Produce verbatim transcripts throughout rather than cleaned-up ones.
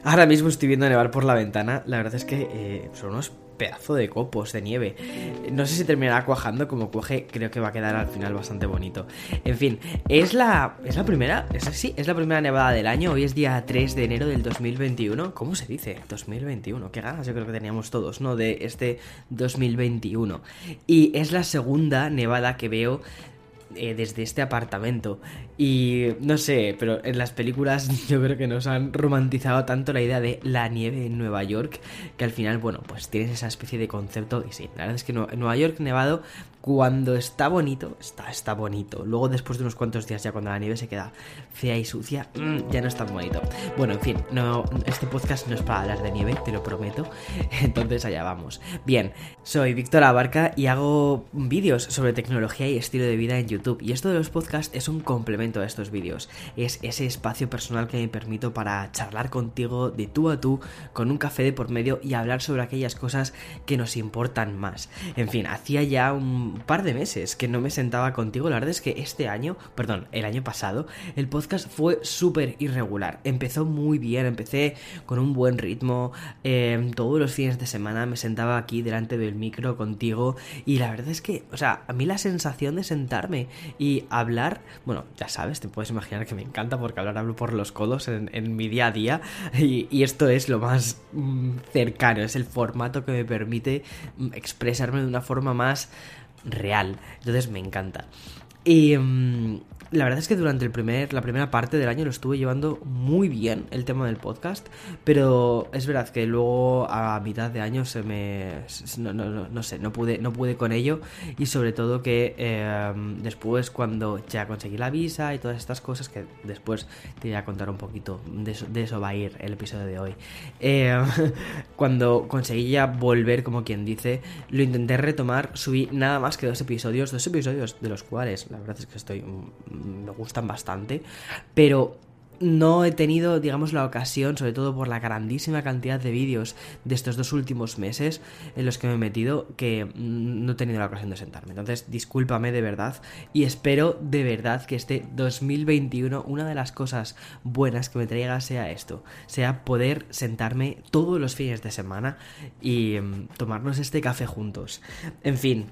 Ahora mismo estoy viendo nevar por la ventana. La verdad es que eh, son unos pedazos de copos de nieve. No sé si terminará cuajando. Como cuaje, creo que va a quedar al final bastante bonito. En fin, es la, es la primera, es así, es la primera nevada del año. Hoy es día tres de enero del dos mil veintiuno. ¿Cómo se dice? dos mil veintiuno. Qué ganas yo creo que teníamos todos, ¿no? De este dos mil veintiuno. Y es la segunda nevada que veo Eh, desde este apartamento. Y no sé, pero en las películas yo creo que nos han romantizado tanto la idea de la nieve en Nueva York, que al final, bueno, pues tienes esa especie de concepto. Y sí, la verdad es que en Nueva York nevado, cuando está bonito, está, está bonito. Luego después de unos cuantos días, ya cuando la nieve se queda fea y sucia, mmm, ya no es tan bonito. Bueno, en fin, no, este podcast no es para hablar de nieve, te lo prometo. Entonces allá vamos. Bien, soy Víctor Abarca y hago vídeos sobre tecnología y estilo de vida en YouTube. Y esto de los podcasts es un complemento a estos vídeos. Es ese espacio personal que me permito para charlar contigo de tú a tú, con un café de por medio y hablar sobre aquellas cosas que nos importan más. En fin, hacía ya un par de meses que no me sentaba contigo. La verdad es que este año, perdón, el año pasado, el podcast fue súper irregular. Empezó muy bien, empecé con un buen ritmo. Eh, todos los fines de semana me sentaba aquí delante del micro contigo y la verdad es que, o sea, a mí la sensación de sentarme y hablar, bueno, ya sabes, te puedes imaginar que me encanta porque hablar hablo por los codos en, en mi día a día y, y esto es lo más mm, cercano, es el formato que me permite mm, expresarme de una forma más real, entonces me encanta. Y mmm, la verdad es que durante el primer, la primera parte del año lo estuve llevando muy bien el tema del podcast, pero es verdad que luego a mitad de año se me... no, no, no, no sé, no pude, no pude con ello y sobre todo que eh, después cuando ya conseguí la visa y todas estas cosas que después te voy a contar un poquito, de eso, de eso va a ir el episodio de hoy. Eh, cuando conseguí ya volver, como quien dice, lo intenté retomar, subí nada más que dos episodios, dos episodios de los cuales la verdad es que estoy... me gustan bastante, pero no he tenido, digamos, la ocasión, sobre todo por la grandísima cantidad de vídeos de estos dos últimos meses en los que me he metido, que no he tenido la ocasión de sentarme. Entonces, discúlpame de verdad y espero de verdad que este dos mil veintiuno, una de las cosas buenas que me traiga sea esto, sea poder sentarme todos los fines de semana y um, tomarnos este café juntos. En fin,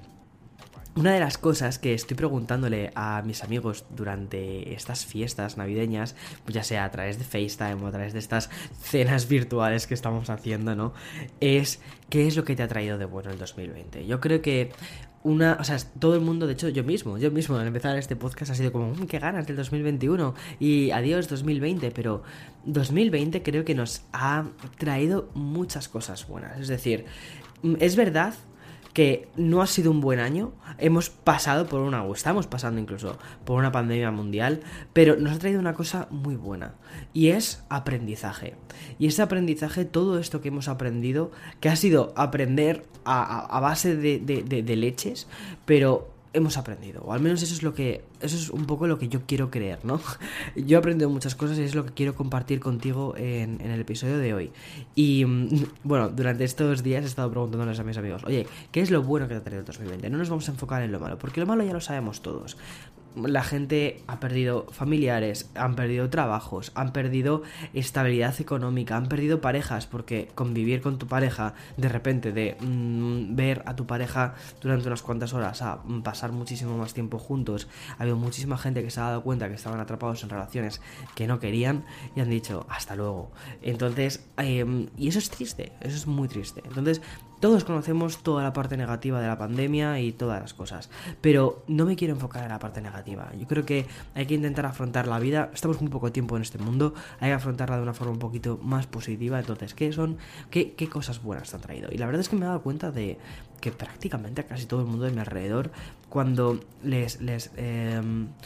una de las cosas que estoy preguntándole a mis amigos durante estas fiestas navideñas, pues ya sea a través de FaceTime o a través de estas cenas virtuales que estamos haciendo, ¿no? Es ¿qué es lo que te ha traído de bueno el dos mil veinte? Yo creo que una, o sea, todo el mundo, de hecho yo mismo, yo mismo al empezar este podcast ha sido como, mmm, qué ganas del dos mil veintiuno y adiós dos mil veinte, pero dos mil veinte creo que nos ha traído muchas cosas buenas, es decir, es verdad que no ha sido un buen año, hemos pasado por una, o estamos pasando incluso por una pandemia mundial, pero nos ha traído una cosa muy buena, y es aprendizaje. Y ese aprendizaje, todo esto que hemos aprendido, que ha sido aprender a, a, a base de, de, de, de leches, pero hemos aprendido, o al menos eso es lo que, eso es un poco lo que yo quiero creer, ¿no? Yo he aprendido muchas cosas y es lo que quiero compartir contigo en, en el episodio de hoy. Y bueno, durante estos días he estado preguntándoles a mis amigos, oye, ¿qué es lo bueno que te ha traído el dos mil veinte? No nos vamos a enfocar en lo malo, porque lo malo ya lo sabemos todos. La gente ha perdido familiares, han perdido trabajos, han perdido estabilidad económica, han perdido parejas, porque convivir con tu pareja, de repente de mmm, ver a tu pareja durante unas cuantas horas a pasar muchísimo más tiempo juntos, ha habido muchísima gente que se ha dado cuenta que estaban atrapados en relaciones que no querían y han dicho hasta luego. Entonces, eh, y eso es triste, eso es muy triste. Entonces, todos conocemos toda la parte negativa de la pandemia y todas las cosas, pero no me quiero enfocar en la parte negativa. Yo creo que hay que intentar afrontar la vida, estamos muy poco tiempo en este mundo, hay que afrontarla de una forma un poquito más positiva. Entonces, ¿qué son, qué, qué cosas buenas te han traído? Y la verdad es que me he dado cuenta de que prácticamente a casi todo el mundo de mi alrededor, cuando les, les, eh,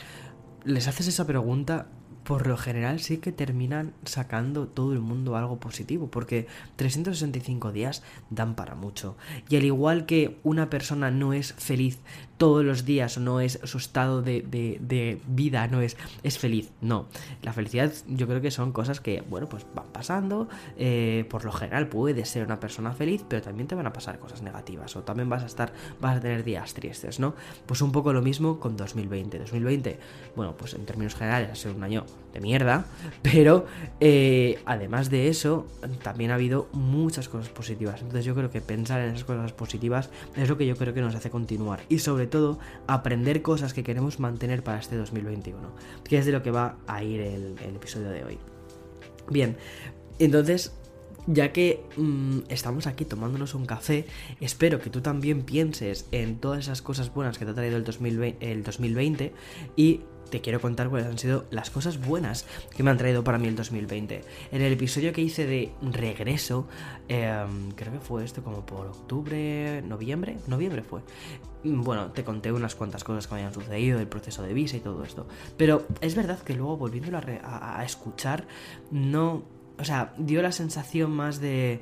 les haces esa pregunta, por lo general sí que terminan sacando todo el mundo algo positivo, porque trescientos sesenta y cinco días dan para mucho. Y al igual que una persona no es feliz todos los días, o no es su estado de, de, de vida, no es, es feliz, no. La felicidad yo creo que son cosas que, bueno, pues van pasando, eh, por lo general puedes ser una persona feliz, pero también te van a pasar cosas negativas, o también vas a estar, vas a tener días tristes, ¿no? Pues un poco lo mismo con dos mil veinte. dos mil veinte, bueno, pues en términos generales ha sido un año de mierda, pero eh, además de eso también ha habido muchas cosas positivas. Entonces yo creo que pensar en esas cosas positivas es lo que yo creo que nos hace continuar, y sobre todo aprender cosas que queremos mantener para este dos mil veintiuno, que es de lo que va a ir el, el episodio de hoy. Bien, entonces, ya que mmm, estamos aquí tomándonos un café, espero que tú también pienses en todas esas cosas buenas que te ha traído el dos mil veinte, el dos mil veinte, y te quiero contar cuáles han sido las cosas buenas que me han traído para mí el dos mil veinte. En el episodio que hice de regreso, eh, creo que fue esto como por octubre, noviembre, noviembre fue. Bueno, te conté unas cuantas cosas que me habían sucedido, el proceso de visa y todo esto. Pero es verdad que luego volviéndolo a, re- a, a escuchar, no... O sea, dio la sensación más de...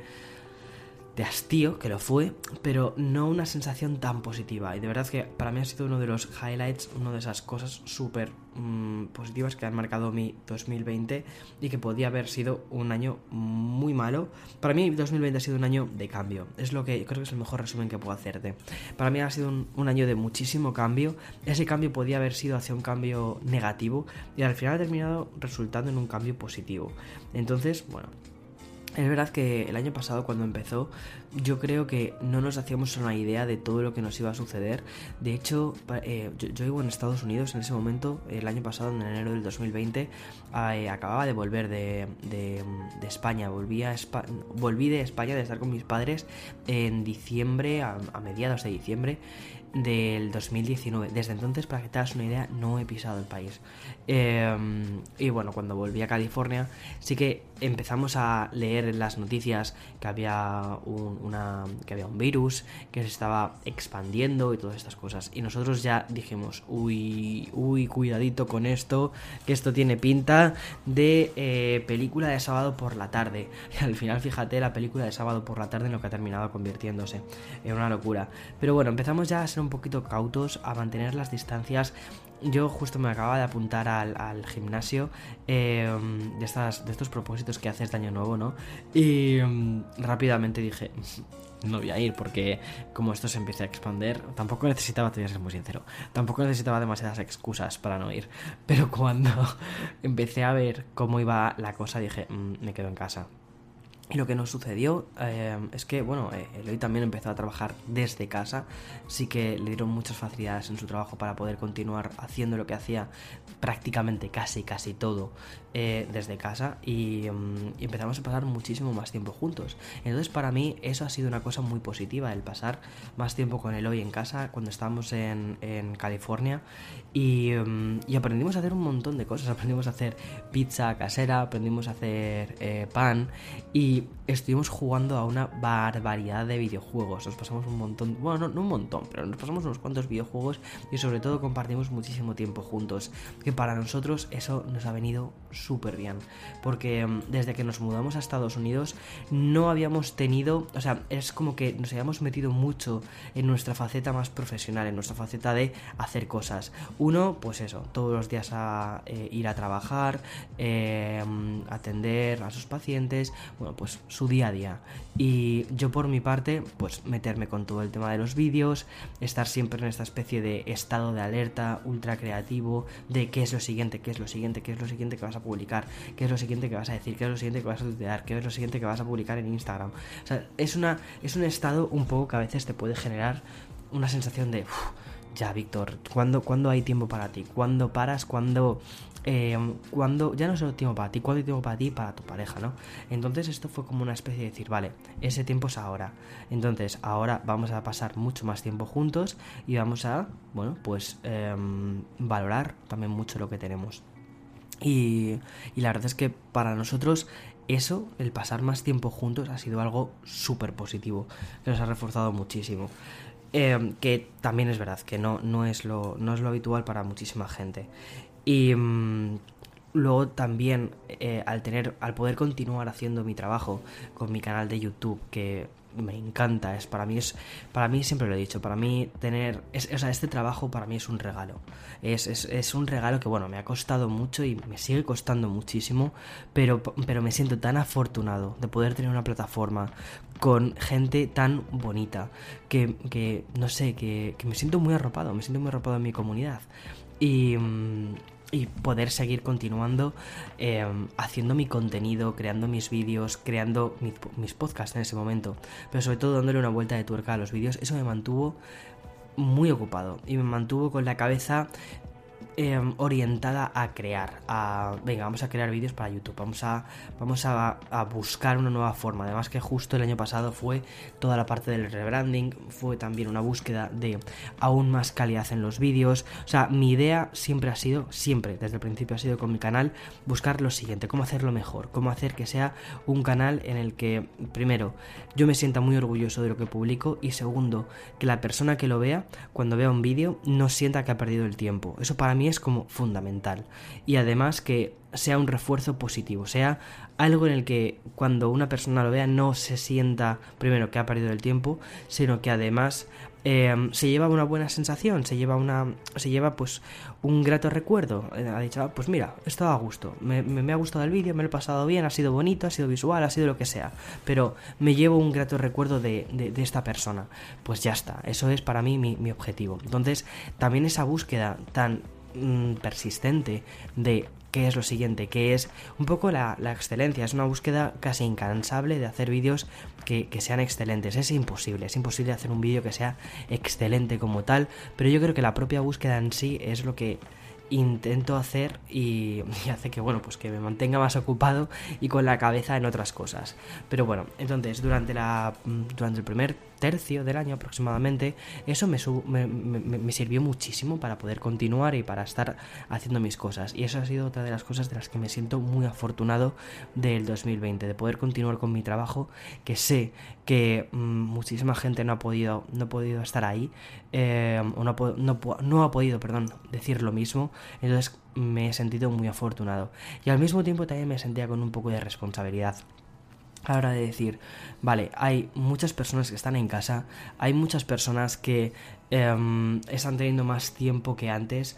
de hastío, que lo fue, pero no una sensación tan positiva. Y de verdad que para mí ha sido uno de los highlights, una de esas cosas súper mmm, positivas que han marcado mi dos mil veinte, y que podía haber sido un año muy malo. Para mí dos mil veinte ha sido un año de cambio. Es lo que creo que es el mejor resumen que puedo hacerte. Para mí ha sido un, un año de muchísimo cambio. Ese cambio podía haber sido hacia un cambio negativo, y al final ha terminado resultando en un cambio positivo. Entonces, bueno... Es verdad que el año pasado, cuando empezó, yo creo que no nos hacíamos una idea de todo lo que nos iba a suceder. De hecho, eh, yo, yo vivo en Estados Unidos en ese momento, el año pasado, en enero del dos mil veinte, eh, acababa de volver de, de, de España. Volví, a Espa- volví de España, de estar con mis padres en diciembre, a, a mediados de diciembre del dos mil diecinueve. Desde entonces, para que te hagas una idea, no he pisado el país. Eh, y bueno, cuando volví a California, sí que empezamos a leer en las noticias que había un, una, que había un virus que se estaba expandiendo y todas estas cosas. Y nosotros ya dijimos, uy, uy, cuidadito con esto, que esto tiene pinta de eh, película de sábado por la tarde. Y al final, fíjate, la película de sábado por la tarde en lo que ha terminado convirtiéndose. En una locura. Pero bueno, empezamos ya a ser un poquito cautos, a mantener las distancias. Yo justo me acababa de apuntar al, al gimnasio eh, de, estas, de estos propósitos que haces de año nuevo, ¿no? Y um, rápidamente dije, no voy a ir, porque como esto se empieza a expandir, tampoco necesitaba, te voy a ser muy sincero, tampoco necesitaba demasiadas excusas para no ir. Pero cuando empecé a ver cómo iba la cosa, dije, mmm, me quedo en casa. Y lo que nos sucedió eh, es que, bueno, eh, Eloy también empezó a trabajar desde casa. Sí que le dieron muchas facilidades en su trabajo para poder continuar haciendo lo que hacía, prácticamente casi, casi todo eh, desde casa. Y, um, y empezamos a pasar muchísimo más tiempo juntos. Entonces, para mí, eso ha sido una cosa muy positiva, el pasar más tiempo con Eloy en casa cuando estábamos en, en California. Y, um, y aprendimos a hacer un montón de cosas. Aprendimos a hacer pizza casera, aprendimos a hacer eh, pan, y estuvimos jugando a una barbaridad de videojuegos. Nos pasamos un montón, bueno, no, no un montón, pero nos pasamos unos cuantos videojuegos, y sobre todo compartimos muchísimo tiempo juntos, que para nosotros eso nos ha venido súper bien, porque desde que nos mudamos a Estados Unidos no habíamos tenido, o sea, es como que nos habíamos metido mucho en nuestra faceta más profesional, en nuestra faceta de hacer cosas. Uno, pues eso, todos los días a eh, ir a trabajar, eh, atender a sus pacientes, bueno, pues su día a día. Y yo por mi parte, pues meterme con todo el tema de los vídeos, estar siempre en esta especie de estado de alerta ultra creativo de qué es lo siguiente, qué es lo siguiente, qué es lo siguiente que vas a publicar, qué es lo siguiente que vas a decir, qué es lo siguiente que vas a tuitear, qué es lo siguiente que vas a publicar en Instagram. O sea, es una es un estado un poco que a veces te puede generar una sensación de uff, ya, Víctor, ¿cuándo, ¿cuándo hay tiempo para ti? ¿Cuándo paras? ¿Cuándo...? Eh, cuando ya no solo tiempo para ti, cuando hay tiempo para ti y para tu pareja, ¿no? Entonces esto fue como una especie de decir, vale, ese tiempo es ahora. Entonces ahora vamos a pasar mucho más tiempo juntos y vamos a, bueno, pues eh, valorar también mucho lo que tenemos. Y, y la verdad es que para nosotros eso, el pasar más tiempo juntos, ha sido algo súper positivo, que nos ha reforzado muchísimo. Eh, que también es verdad que no, no, es lo, no es lo habitual para muchísima gente. Y mmm, luego también eh, al tener, al poder continuar haciendo mi trabajo con mi canal de YouTube, que me encanta, es para mí es para mí siempre lo he dicho, para mí tener es, o sea, este trabajo para mí es un regalo, es, es, es un regalo que bueno, me ha costado mucho y me sigue costando muchísimo, pero, pero me siento tan afortunado de poder tener una plataforma con gente tan bonita que, que no sé, que, que me siento muy arropado, me siento muy arropado en mi comunidad. Y, y poder seguir continuando eh, haciendo mi contenido, creando mis vídeos, creando mis, mis podcasts en ese momento, pero sobre todo dándole una vuelta de tuerca a los vídeos. Eso me mantuvo muy ocupado y me mantuvo con la cabeza Eh, orientada a crear, a venga, vamos a crear vídeos para YouTube, vamos a vamos a, a buscar una nueva forma. Además que justo el año pasado fue toda la parte del rebranding, fue también una búsqueda de aún más calidad en los vídeos. O sea, mi idea siempre ha sido, siempre, desde el principio ha sido con mi canal, buscar lo siguiente, cómo hacerlo mejor, cómo hacer que sea un canal en el que, primero, yo me sienta muy orgulloso de lo que publico y segundo, que la persona que lo vea, cuando vea un vídeo, no sienta que ha perdido el tiempo. Eso para mí es como fundamental, y además que sea un refuerzo positivo, sea algo en el que cuando una persona lo vea no se sienta primero que ha perdido el tiempo, sino que además eh, se lleva una buena sensación, se lleva una se lleva pues un grato recuerdo. Eh, ha dicho, ah, pues mira, he estado a gusto, me, me, me ha gustado el vídeo, me lo he pasado bien, ha sido bonito, ha sido visual, ha sido lo que sea, pero me llevo un grato recuerdo de, de, de esta persona. Pues ya está, eso es para mí mi, mi objetivo. Entonces también esa búsqueda tan persistente de qué es lo siguiente, que es un poco la, la excelencia, es una búsqueda casi incansable de hacer vídeos que, que sean excelentes. Es imposible, es imposible hacer un vídeo que sea excelente como tal, pero yo creo que la propia búsqueda en sí es lo que intento hacer y, y hace que, bueno, pues que me mantenga más ocupado y con la cabeza en otras cosas. Pero bueno, entonces durante la durante el primer tercio del año aproximadamente, eso me, me, me, me sirvió muchísimo para poder continuar y para estar haciendo mis cosas, y eso ha sido otra de las cosas de las que me siento muy afortunado del dos mil veinte, de poder continuar con mi trabajo, que sé que mmm, muchísima gente no ha podido no ha podido estar ahí, eh, o no, no, no ha podido, perdón, decir lo mismo. Entonces me he sentido muy afortunado y al mismo tiempo también me sentía con un poco de responsabilidad a la hora de decir, vale, hay muchas personas que están en casa, hay muchas personas que eh, están teniendo más tiempo que antes,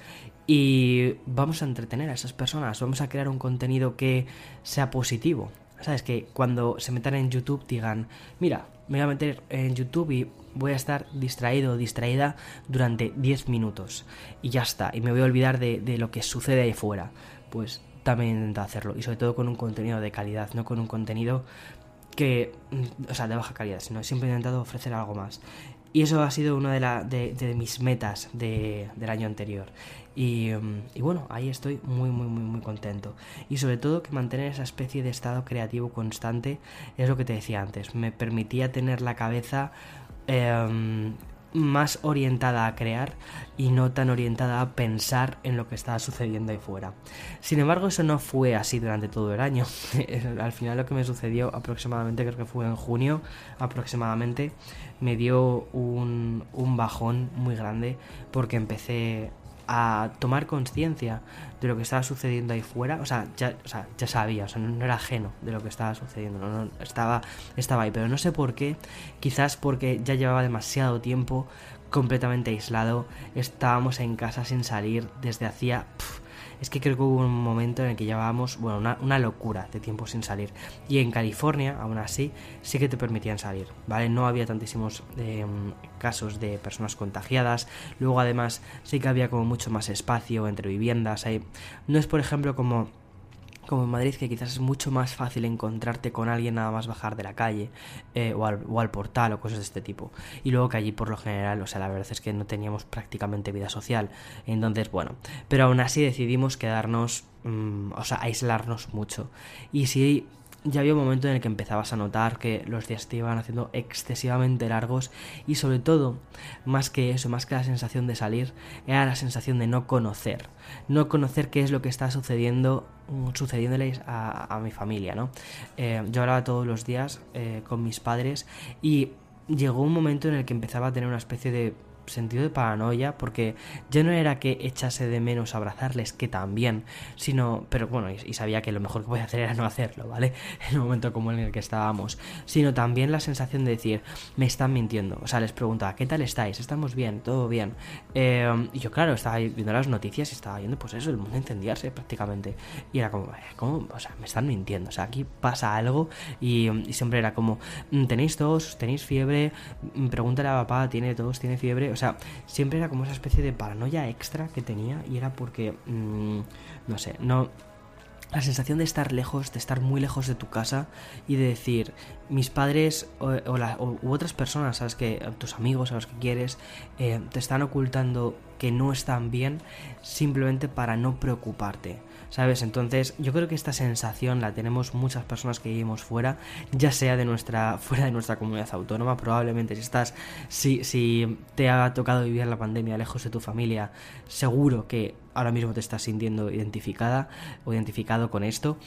y vamos a entretener a esas personas, vamos a crear un contenido que sea positivo. ¿Sabes? Que cuando se metan en YouTube digan, mira, me voy a meter en YouTube y voy a estar distraído o distraída durante diez minutos y ya está, y me voy a olvidar de, de lo que sucede ahí fuera. Pues también intento hacerlo, y sobre todo con un contenido de calidad, no con un contenido que, o sea, de baja calidad, sino siempre he intentado ofrecer algo más. Y eso ha sido una de, la, de, de mis metas de, del año anterior. Y, y bueno, ahí estoy muy, muy, muy, muy contento. Y sobre todo que mantener esa especie de estado creativo constante es lo que te decía antes. Me permitía tener la cabeza eh, más orientada a crear y no tan orientada a pensar en lo que estaba sucediendo ahí fuera. Sin embargo, eso no fue así durante todo el año. Al final lo que me sucedió aproximadamente, creo que fue en junio aproximadamente, me dio un, un bajón muy grande, porque empecé a tomar conciencia de lo que estaba sucediendo ahí fuera. O sea, ya, o sea, ya sabía, o sea, no, no era ajeno de lo que estaba sucediendo, no, no, estaba, estaba ahí, pero no sé por qué. Quizás porque ya llevaba demasiado tiempo completamente aislado, estábamos en casa sin salir desde hacía... Pff, es que creo que hubo un momento en el que llevábamos, bueno, una, una locura de tiempo sin salir. Y en California, aún así, sí que te permitían salir, ¿vale? No había tantísimos eh, casos de personas contagiadas. Luego, además, sí que había como mucho más espacio entre viviendas. Ahí. No es, por ejemplo, como... como en Madrid, que quizás es mucho más fácil encontrarte con alguien nada más bajar de la calle, eh, o, al, o al portal o cosas de este tipo. Y luego que allí por lo general, o sea, la verdad es que no teníamos prácticamente vida social. Entonces, bueno, pero aún así decidimos quedarnos, mmm, o sea, aislarnos mucho. Y sí, ya había un momento en el que empezabas a notar que los días te iban haciendo excesivamente largos, y sobre todo, más que eso, más que la sensación de salir, era la sensación de no conocer, no conocer qué es lo que está sucediendo sucediéndoles a, a mi familia, ¿no? Eh, yo hablaba todos los días eh, con mis padres, y llegó un momento en el que empezaba a tener una especie de sentido de paranoia, porque ya no era que echase de menos abrazarles, que también, sino, pero bueno, y, y sabía que lo mejor que podía hacer era no hacerlo, ¿vale? En un momento como en el que estábamos, sino también la sensación de decir, me están mintiendo. O sea, les preguntaba, ¿qué tal estáis? ¿Estamos bien? ¿Todo bien? Eh, y yo, claro, estaba viendo las noticias y estaba viendo, pues eso, el mundo incendiarse prácticamente, y era como, ¿cómo? O sea, me están mintiendo, o sea, aquí pasa algo, y, y siempre era como, ¿tenéis tos? ¿Tenéis fiebre? Pregúntale a papá, ¿tiene tos? ¿Tiene fiebre? O o sea, siempre era como esa especie de paranoia extra que tenía y era porque, mmm, no sé, no... La sensación de estar lejos, de estar muy lejos de tu casa y de decir, mis padres o, o, la, o u otras personas, sabes que tus amigos a los que quieres, eh, te están ocultando que no están bien simplemente para no preocuparte, ¿sabes? Entonces yo creo que esta sensación la tenemos muchas personas que vivimos fuera, ya sea de nuestra fuera de nuestra comunidad autónoma. Probablemente si estás si, si te ha tocado vivir la pandemia lejos de tu familia, seguro que ahora mismo te estás sintiendo identificada o identificado con esto.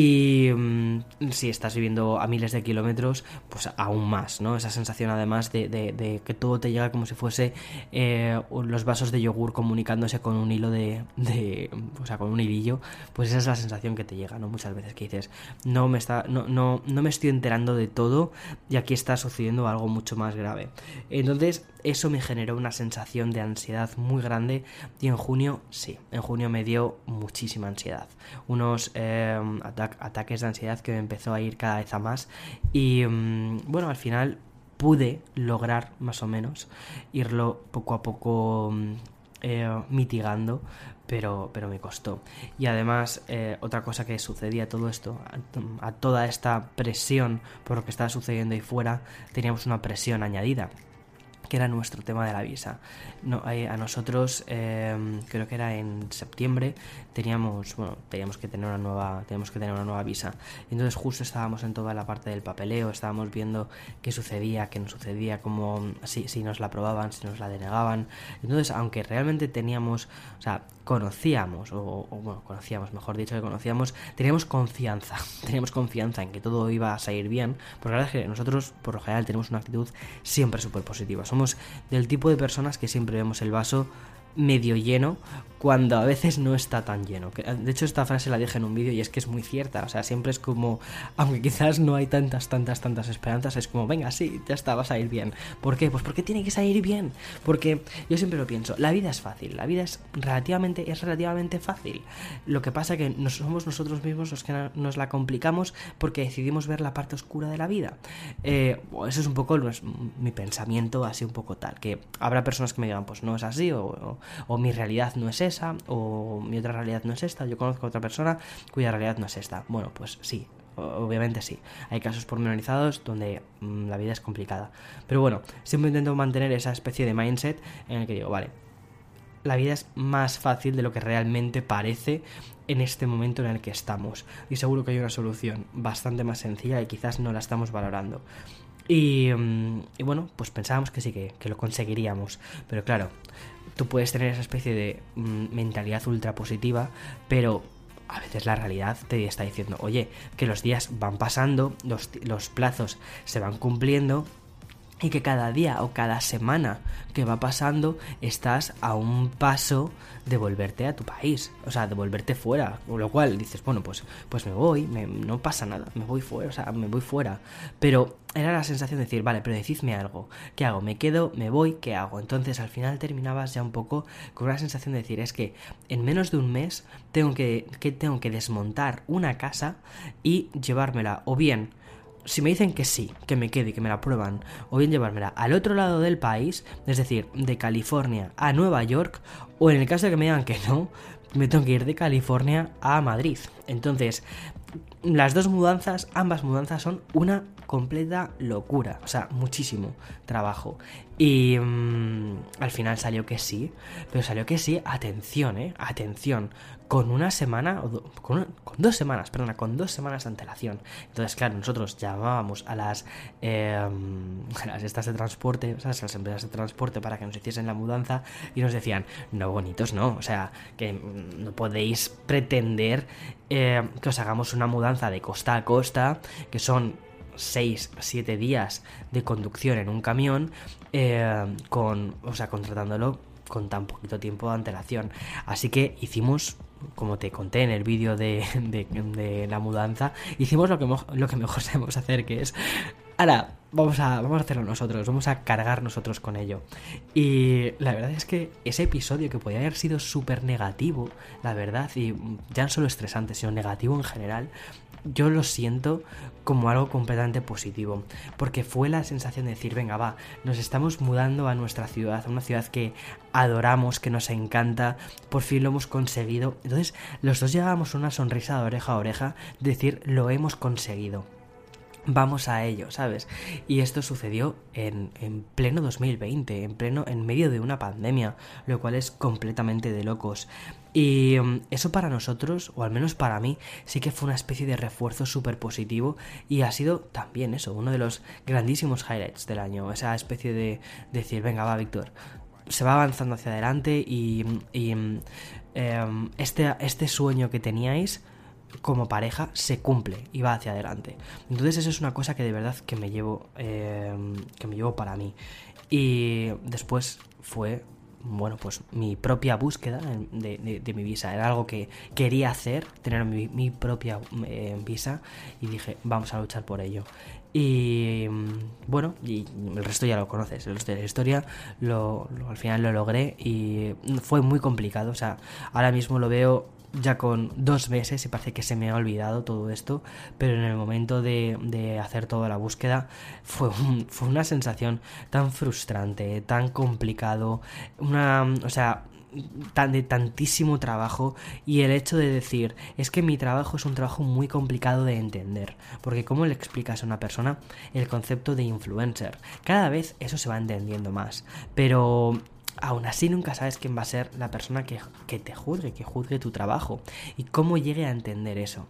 Y mmm, si estás viviendo a miles de kilómetros, pues aún más, ¿no? Esa sensación además de, de, de que todo te llega como si fuese eh, los vasos de yogur comunicándose con un hilo de, de... O sea, con un hilillo. Pues esa es la sensación que te llega, ¿no? Muchas veces que dices, no me, está, no, no, no me estoy enterando de todo y aquí está sucediendo algo mucho más grave. Entonces eso me generó una sensación de ansiedad muy grande y en junio, sí, en junio me dio muchísima ansiedad. Unos eh, ata- ataques de ansiedad que me empezó a ir cada vez a más y um, bueno, al final pude lograr más o menos irlo poco a poco eh, mitigando, pero, pero me costó. Y además eh, otra cosa que sucedía a todo esto, a, a toda esta presión por lo que estaba sucediendo ahí fuera, teníamos una presión añadida, que era nuestro tema de la visa. No, a nosotros, eh, creo que era en septiembre, teníamos, bueno, teníamos que tener una nueva, teníamos que tener una nueva visa. Entonces justo estábamos en toda la parte del papeleo, estábamos viendo qué sucedía, qué no sucedía, cómo, si, si nos la aprobaban, si nos la denegaban. Entonces, aunque realmente teníamos, o sea, conocíamos, o, o bueno, conocíamos, mejor dicho que conocíamos, teníamos confianza, teníamos confianza en que todo iba a salir bien, porque la verdad es que nosotros, por lo general, tenemos una actitud siempre súper positiva. Somos del tipo de personas que siempre vemos el vaso medio lleno cuando a veces no está tan lleno. De hecho, esta frase la dije en un vídeo y es que es muy cierta. O sea, siempre es como, aunque quizás no hay tantas, tantas, tantas esperanzas, es como, venga, sí, ya está, vas a ir bien. ¿Por qué? Pues porque tiene que salir bien. Porque yo siempre lo pienso, la vida es fácil, la vida es relativamente, es relativamente fácil. Lo que pasa que no somos nosotros mismos los que nos la complicamos porque decidimos ver la parte oscura de la vida. Eh, eso es un poco pues, mi pensamiento así un poco tal, que habrá personas que me digan, pues no es así, o, o, o mi realidad no es esa, o mi otra realidad no es esta. Yo conozco a otra persona cuya realidad no es esta. Bueno, pues sí, obviamente sí. Hay casos pormenorizados donde mmm, la vida es complicada. Pero bueno, siempre intento mantener esa especie de mindset en el que digo, vale, la vida es más fácil de lo que realmente parece en este momento en el que estamos. Y seguro que hay una solución bastante más sencilla y quizás no la estamos valorando. Y, y bueno, pues pensábamos que sí, que, que lo conseguiríamos. Pero claro, tú puedes tener esa especie de mm, mentalidad ultra positiva, pero a veces la realidad te está diciendo, oye, que los días van pasando, los, los plazos se van cumpliendo, y que cada día o cada semana que va pasando estás a un paso de volverte a tu país, o sea, de volverte fuera, con lo cual dices, bueno, pues, pues me voy, me, no pasa nada, me voy fuera, o sea, me voy fuera, pero era la sensación de decir, vale, pero decidme algo, ¿qué hago? ¿Me quedo? ¿Me voy? ¿Qué hago? Entonces al final terminabas ya un poco con una sensación de decir, es que en menos de un mes tengo que, que tengo que desmontar una casa y llevármela, o bien, si me dicen que sí, que me quede y que me la aprueban, o bien llevármela al otro lado del país, es decir, de California a Nueva York, o en el caso de que me digan que no, me tengo que ir de California a Madrid. Entonces, las dos mudanzas, ambas mudanzas son una completa locura, o sea, muchísimo trabajo. Y mmm, al final salió que sí, pero salió que sí, atención, eh, atención, con una semana, o do, con, una, con dos semanas, perdona, con dos semanas de antelación. Entonces, claro, nosotros llamábamos a las, eh, a las estas de transporte, o sea, a las empresas de transporte para que nos hiciesen la mudanza y nos decían, no, bonitos, no, o sea, que no podéis pretender eh, que os hagamos una mudanza de costa a costa, que son seis, siete días de conducción en un camión, eh, con, o sea, contratándolo con tan poquito tiempo de antelación. Así que hicimos, como te conté en el vídeo de, de, de la mudanza, hicimos lo que, lo que mejor sabemos hacer, que es, ahora, vamos a, vamos a hacerlo nosotros, vamos a cargar nosotros con ello. Y la verdad es que ese episodio, que podía haber sido súper negativo, la verdad, y ya no solo estresante, sino negativo en general, yo lo siento como algo completamente positivo, porque fue la sensación de decir, venga, va, nos estamos mudando a nuestra ciudad, a una ciudad que adoramos, que nos encanta, por fin lo hemos conseguido. Entonces los dos llevábamos una sonrisa de oreja a oreja, de decir, lo hemos conseguido, vamos a ello, ¿sabes? Y esto sucedió en, en pleno dos mil veinte, en pleno, en medio de una pandemia, lo cual es completamente de locos. Y um, eso para nosotros, o al menos para mí, sí que fue una especie de refuerzo súper positivo, y ha sido también eso, uno de los grandísimos highlights del año, esa especie de, de decir, venga, va, Víctor, se va avanzando hacia adelante y, y um, este, este sueño que teníais como pareja se cumple y va hacia adelante. Entonces eso es una cosa que de verdad que me llevo eh, que me llevo para mí. Y después fue, bueno, pues mi propia búsqueda de, de, de mi visa. Era algo que quería hacer, tener mi, mi propia eh, visa, y dije, vamos a luchar por ello. Y bueno, y el resto ya lo conoces, el resto de la historia lo, lo, al final lo logré, y fue muy complicado. O sea, ahora mismo lo veo ya con dos meses y parece que se me ha olvidado todo esto, pero en el momento de, de hacer toda la búsqueda fue, un, fue una sensación tan frustrante, tan complicado, una, o sea, tan, de tantísimo trabajo, y el hecho de decir, es que mi trabajo es un trabajo muy complicado de entender, porque ¿cómo le explicas a una persona el concepto de influencer? Cada vez eso se va entendiendo más, pero aún así nunca sabes quién va a ser la persona que, que te juzgue, que juzgue tu trabajo, y cómo llegue a entender eso.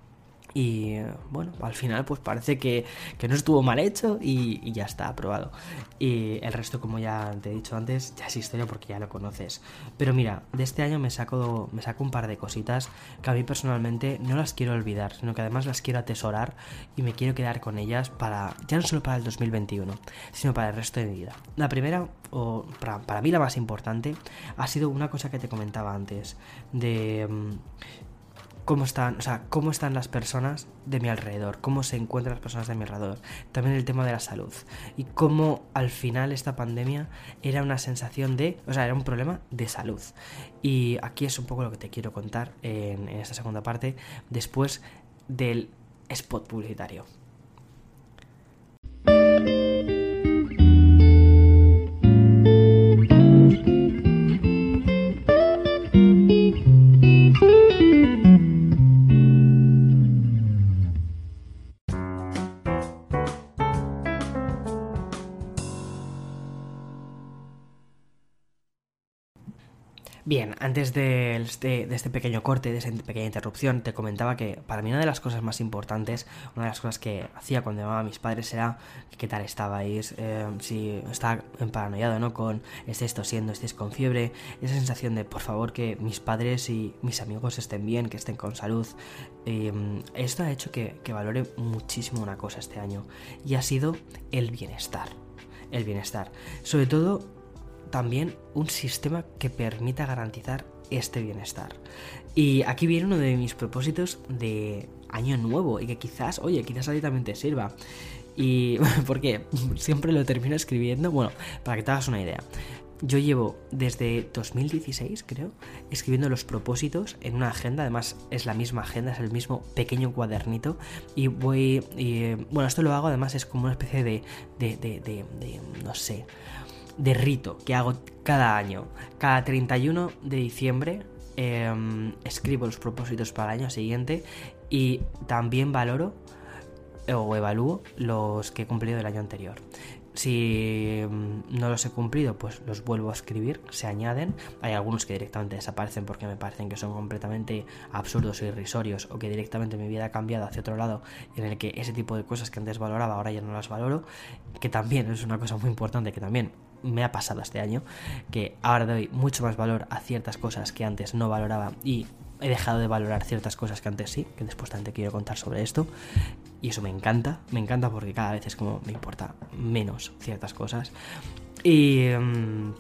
Y bueno, al final pues parece que, que no estuvo mal hecho, y, y ya está aprobado. Y el resto, como ya te he dicho antes, ya es historia porque ya lo conoces. Pero mira, de este año me saco, me saco un par de cositas que a mí personalmente no las quiero olvidar, sino que además las quiero atesorar, y me quiero quedar con ellas para, ya no solo para el dos mil veintiuno, sino para el resto de mi vida. La primera, o para, para mí la más importante, ha sido una cosa que te comentaba antes, de Um, cómo están, o sea, cómo están las personas de mi alrededor, cómo se encuentran las personas de mi alrededor. También el tema de la salud, y cómo al final esta pandemia era una sensación de, o sea, era un problema de salud. Y aquí es un poco lo que te quiero contar en, en esta segunda parte, después del spot publicitario. Bien, antes de este, de este pequeño corte, de esta pequeña interrupción, te comentaba que para mí una de las cosas más importantes, una de las cosas que hacía cuando llamaba a mis padres era qué tal estabais, eh, si estaba paranoiado, ¿no? Con estéis tosiendo, estéis con fiebre, esa sensación de por favor que mis padres y mis amigos estén bien, que estén con salud. Eh, esto ha hecho que, que valore muchísimo una cosa este año, y ha sido el bienestar. El bienestar. Sobre todo, también un sistema que permita garantizar este bienestar. Y aquí viene uno de mis propósitos de año nuevo, y que quizás, oye, quizás a ti también te sirva. Y ¿por qué? Siempre lo termino escribiendo. Bueno, para que te hagas una idea, yo llevo desde dos mil dieciséis, creo, escribiendo los propósitos en una agenda. Además es la misma agenda, es el mismo pequeño cuadernito, y voy y, bueno, esto lo hago, además es como una especie de de, de, de, de no sé, de rito que hago cada año. Cada treinta y uno de diciembre eh, escribo los propósitos para el año siguiente, y también valoro o evalúo los que he cumplido del año anterior. Si no los he cumplido, pues los vuelvo a escribir, se añaden. Hay algunos que directamente desaparecen porque me parecen que son completamente absurdos o irrisorios, o que directamente mi vida ha cambiado hacia otro lado, en el que ese tipo de cosas que antes valoraba ahora ya no las valoro, que también es una cosa muy importante que también me ha pasado este año, que ahora doy mucho más valor a ciertas cosas que antes no valoraba, y he dejado de valorar ciertas cosas que antes sí, que después también te quiero contar sobre esto. Y eso me encanta, me encanta porque cada vez es como me importa menos ciertas cosas. Y... Um,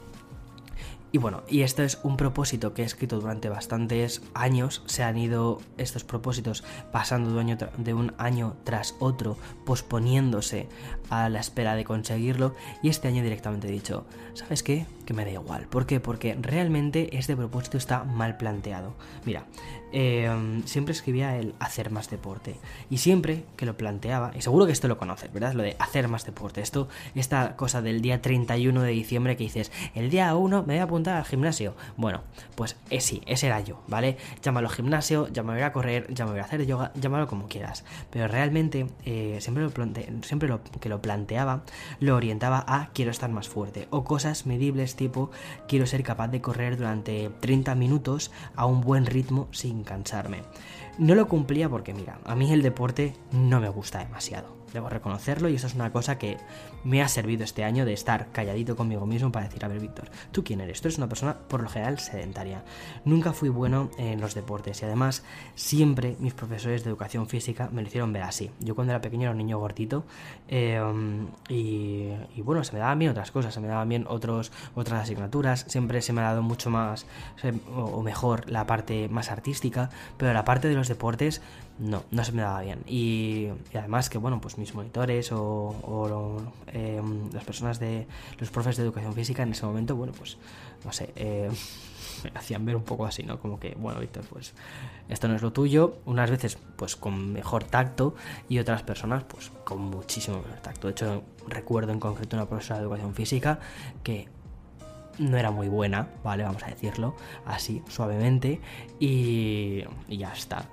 Y bueno, y esto es un propósito que he escrito durante bastantes años. Se han ido estos propósitos pasando de un año, tra- de un año tras otro, posponiéndose a la espera de conseguirlo. Y este año directamente he dicho, ¿sabes qué? que me da igual. ¿Por qué? Porque realmente este propósito está mal planteado. Mira, eh, siempre escribía el hacer más deporte. Y siempre que lo planteaba, y seguro que esto lo conoces, ¿verdad? Lo de hacer más deporte. Esto, esta cosa del día treinta y uno de diciembre que dices, el día uno me voy a apuntar al gimnasio. Bueno, pues eh, sí, ese era yo, ¿vale? Llámalo gimnasio, llámalo a correr, llámalo a hacer yoga, llámalo como quieras. Pero realmente, eh, siempre, lo plante- siempre lo que lo planteaba, lo orientaba a quiero estar más fuerte. O cosas medibles tipo quiero ser capaz de correr durante treinta minutos a un buen ritmo sin cansarme. No lo cumplía porque mira, a mí el deporte no me gusta demasiado. Debo reconocerlo y eso es una cosa que me ha servido este año de estar calladito conmigo mismo para decir, a ver, Víctor, ¿tú quién eres? Tú eres una persona por lo general sedentaria. Nunca fui bueno en los deportes y además siempre mis profesores de educación física me lo hicieron ver así. Yo cuando era pequeño era un niño gordito eh, y, y bueno, se me daban bien otras cosas, se me daban bien otros, otras asignaturas, siempre se me ha dado mucho más o mejor la parte más artística, pero la parte de los deportes no, no se me daba bien. Y, y además que, bueno, pues mis monitores o, o eh, las personas de los profes de educación física en ese momento, bueno, pues, no sé, eh, me hacían ver un poco así, ¿no? Como que, bueno, Víctor, pues esto no es lo tuyo. Unas veces, pues con mejor tacto y otras personas, pues con muchísimo menor tacto. De hecho, recuerdo en concreto una profesora de educación física que no era muy buena, ¿vale? Vamos a decirlo así, suavemente, y, y ya está.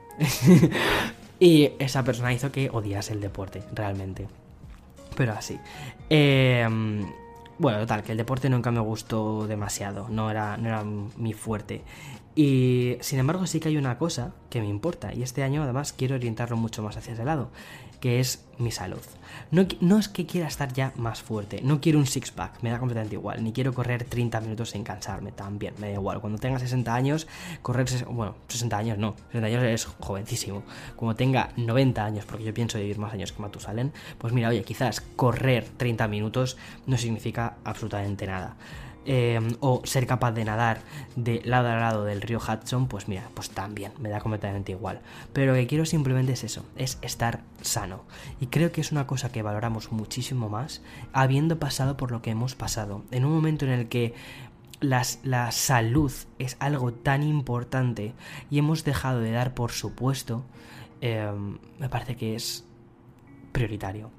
Y esa persona hizo que odiase el deporte, realmente. Pero así. Eh, bueno, total, que el deporte nunca me gustó demasiado, no era, no era mi fuerte. Y sin embargo sí que hay una cosa que me importa, y este año además quiero orientarlo mucho más hacia ese lado, que es mi salud. No, no es que quiera estar ya más fuerte, no quiero un six-pack, me da completamente igual, ni quiero correr treinta minutos sin cansarme, también, me da igual. Cuando tenga sesenta años, correr, bueno, sesenta años no, sesenta años es jovencísimo. Cuando tenga noventa años, porque yo pienso vivir más años que Matusalén, pues mira, oye, quizás correr treinta minutos no significa absolutamente nada. Eh, o ser capaz de nadar de lado a lado del río Hudson, pues mira, pues también me da completamente igual. Pero lo que quiero simplemente es eso, es estar sano. Y creo que es una cosa que valoramos muchísimo más habiendo pasado por lo que hemos pasado. En un momento en el que las, la salud es algo tan importante y hemos dejado de dar por supuesto, eh, me parece que es prioritario.